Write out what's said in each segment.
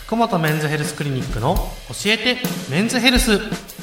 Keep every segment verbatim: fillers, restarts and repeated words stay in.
福本メンズヘルスクリニックの教えてメンズヘルス。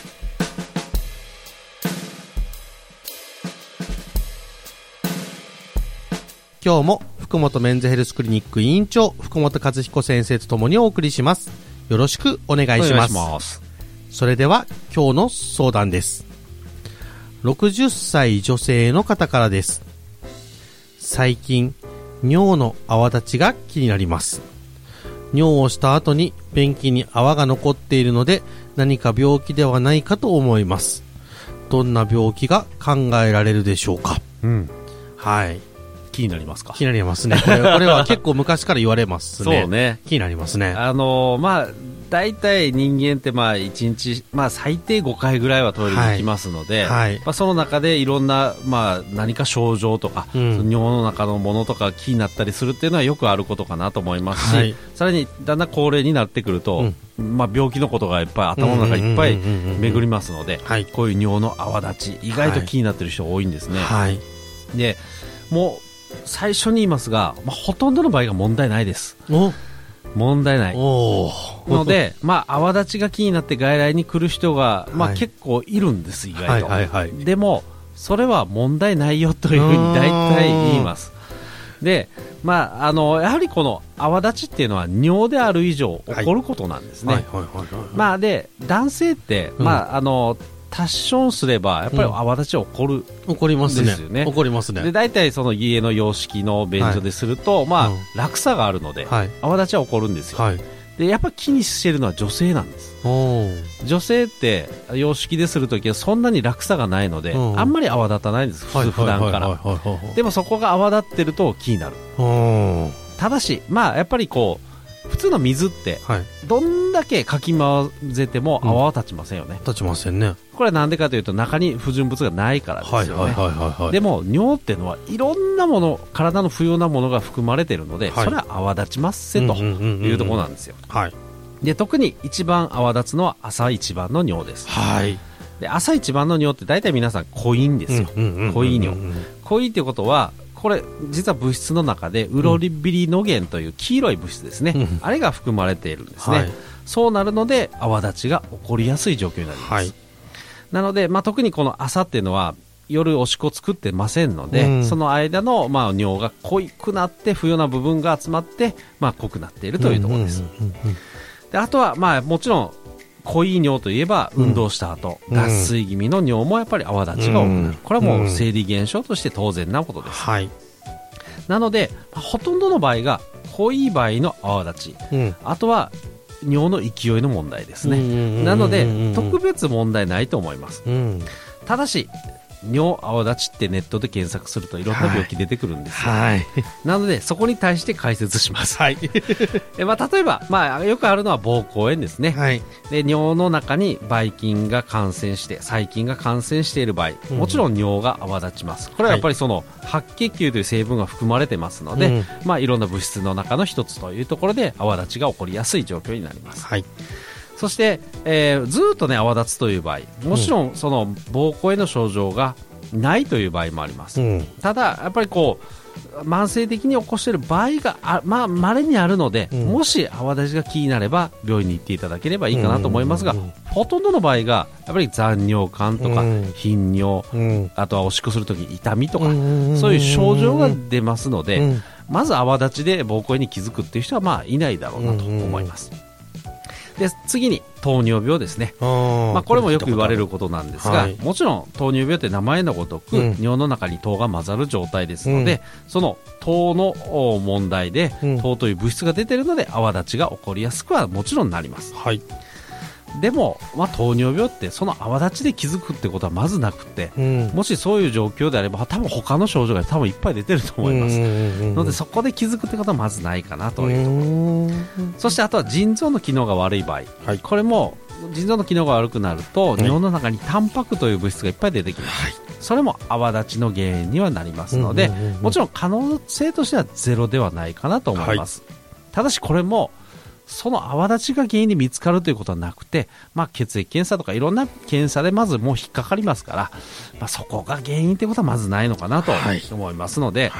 今日も福本メンズヘルスクリニック委員長福本和彦先生とともにお送りします。よろしくお願いします。お願いします。それでは今日の相談です。ろくじゅっさい女性の方からです。最近尿の泡立ちが気になります。尿をした後に便器に泡が残っているので何か病気ではないかと思います。どんな病気が考えられるでしょうか。 うん、 はい。 気になりますか。 気になりますね。これ、これは結構昔から言われますね。 そうね。 気になりますね。 あのー、まあ大体人間ってまあいちにち、まあ、最低ごかいぐらいはトイレに行きますので、はいはい、まあ、その中でいろんな、まあ、何か症状とか、うん、尿の中のものとか気になったりするっていうのはよくあることかなと思いますし、はい、さらにだんだん高齢になってくると、うん、まあ、病気のことがいっぱい頭の中いっぱい巡りますので、こういう尿の泡立ち意外と気になっている人多いんですね、はい、でもう最初に言いますが、まあ、ほとんどの場合が問題ないです。お問題ないので、まあ、泡立ちが気になって外来に来る人が、まあ、結構いるんです、意外と、はいはいはい、でもそれは問題ないよというふうに大体言います。で、まあ、あのやはりこの泡立ちっていうのは尿である以上起こることなんですね。まあで男性って、うん、まああのタッションすればやっぱり泡立ちは起こるんですよね。 起こりますね。起こりますね。 で大体その家の洋式の便所ですると、はい、まあ、うん、落差があるので、はい、泡立ちは起こるんですよ、はい、でやっぱり気にしているのは女性なんです。女性って洋式でするときはそんなに落差がないので、うん、あんまり泡立たないんです、普通普段から。でもそこが泡立ってると気になる。ただしまあやっぱりこう普通の水ってどんだけかき混ぜても泡は立ちませんよね、 うん、立ちませんね。 これはなんでかというと中に不純物がないからですよね。でも尿っていうのはいろんなもの、体の不要なものが含まれているので、はい、それは泡立ちますせというところなんですよ、はい、で特に一番泡立つのは朝一番の尿です、はい、で朝一番の尿って大体皆さん濃いんですよ。濃い尿、濃いっていうことはこれ実は物質の中でウロリビリノゲンという黄色い物質ですね、うん、あれが含まれているんですね、はい、そうなるので泡立ちが起こりやすい状況になります、はい、なので、まあ、特にこの朝っていうのは夜おしっこ作ってませんので、うん、その間の、まあ、尿が濃くなって不要な部分が集まって、まあ、濃くなっているというところです。であとは、まあ、もちろん濃い尿といえば運動した後、うん、脱水気味の尿もやっぱり泡立ちが多くなる、うん、これはもう生理現象として当然なことです、はい、なのでほとんどの場合が濃い場合の泡立ち、うん、あとは尿の勢いの問題ですね。なので特別問題ないと思います、うん、ただし尿泡立ちってネットで検索するといろんな病気出てくるんですよ、はい、なのでそこに対して解説します、はいえまあ、例えば、まあ、よくあるのは膀胱炎ですね、はい、で尿の中にばい菌が感染して細菌が感染している場合、うん、もちろん尿が泡立ちます。これはやっぱりその白血球という成分が含まれてますので、うんまあ、いろんな物質の中の一つというところで泡立ちが起こりやすい状況になります、はいそして、えー、ずっと、ね、泡立つという場合もちろんその膀胱への症状がないという場合もあります、うん、ただやっぱりこう慢性的に起こしている場合があ、まあ、稀にあるので、うん、もし泡立ちが気になれば病院に行っていただければいいかなと思いますが、うんうんうん、ほとんどの場合がやっぱり残尿感とか、うん、頻尿、うん、あとはおしっこするときに痛みとか、うん、そういう症状が出ますので、うん、まず泡立ちで膀胱炎に気づくっていう人はまあいないだろうなと思います、うんうんで次に糖尿病ですね。あ、まあ、これもよく言われることなんですが、はい、もちろん糖尿病って名前のごとく、うん、尿の中に糖が混ざる状態ですので、うん、その糖の問題で、うん、糖という物質が出ているので泡立ちが起こりやすくはもちろんなります、はい、でも、まあ、糖尿病ってその泡立ちで気づくってことはまずなくて、うん、もしそういう状況であれば多分他の症状が多分いっぱい出てると思います、うんうんうん、のでそこで気づくってことはまずないかなというところ、うん、そしてあとは腎臓の機能が悪い場合、はい、これも腎臓の機能が悪くなると、はい、尿の中にタンパクという物質がいっぱい出てきます、はい、それも泡立ちの原因にはなりますので、うんうんうんうん、もちろん可能性としてはゼロではないかなと思います、はい、ただしこれもその泡立ちが原因で見つかるということはなくて、まあ、血液検査とかいろんな検査でまずもう引っかかりますから、まあ、そこが原因ということはまずないのかなと思いますので、はいはい、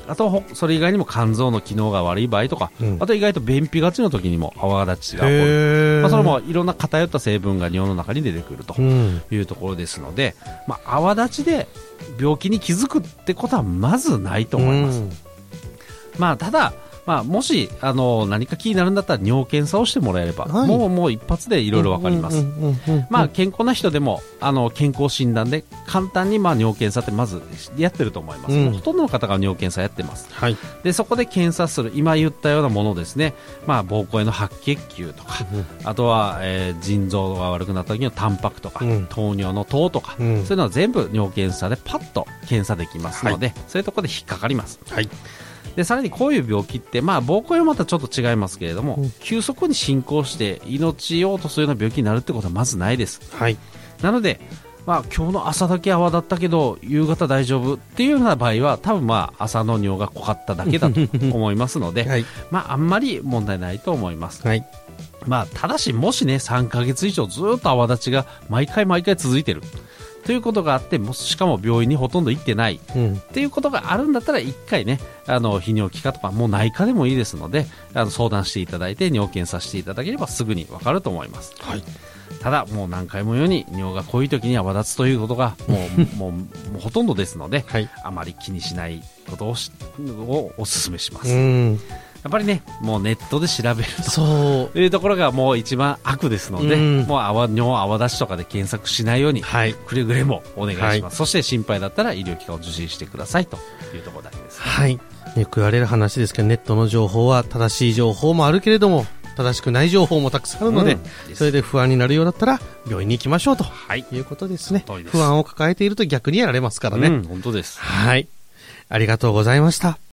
あとそれ以外にも肝臓の機能が悪い場合とか、うん、あと意外と便秘がちの時にも泡立ちが起こる、まあ、それもいろんな偏った成分が尿の中に出てくるというところですので、まあ、泡立ちで病気に気づくってことはまずないと思います、うん、まあ、ただまあ、もしあの何か気になるんだったら尿検査をしてもらえれば、はい、もうもう一発でいろいろわかります。まあ健康な人でもあの健康診断で簡単にまあ尿検査ってまずやってると思います、うん、ほとんどの方が尿検査やってます、はい、でそこで検査する今言ったようなものですね、まあ、膀胱への白血球とか、うん、あとは、えー、腎臓が悪くなった時のタンパクとか、うん、糖尿の糖とか、うん、そういうのは全部尿検査でパッと検査できますので、はい、そういうところで引っかかります、はい。でさらにこういう病気って、まあ、膀胱はまたちょっと違いますけれども、うん、急速に進行して命を落とすような病気になるってことはまずないです、はい、なので、まあ、今日の朝だけ泡だったけど夕方大丈夫っていうような場合は多分まあ朝の尿が濃かっただけだと思いますので、はい、まあ、あんまり問題ないと思います、はい。まあ、ただしもしねさんかげつ以上ずっと泡立ちが毎回毎回続いてるということがあって、もしかも病院にほとんど行ってない、うん、っていうことがあるんだったらいっかいね、あの泌尿器科とかもう内科でもいいですので、あの相談していただいて尿検査していただければすぐに分かると思います、はい。ただもう何回も言うように尿が濃い時に泡立つということがもうもうもうほとんどですので、はい、あまり気にしないことをしをお勧めします。うん、やっぱりね、もうネットで調べるというところがもう一番悪ですので、うん、もう泡尿泡立ちとかで検索しないように、はい、くれぐれもお願いします、はい。そして心配だったら医療機関を受診してくださいというところだけです、ね。 はい。よく言われる話ですけど、ネットの情報は正しい情報もあるけれども正しくない情報もたくさんあるので、うん、それで不安になるようだったら病院に行きましょうと、はい、いうことですね。不安を抱えていると逆にやられますからね。うん、 本当です。 はい。ありがとうございました。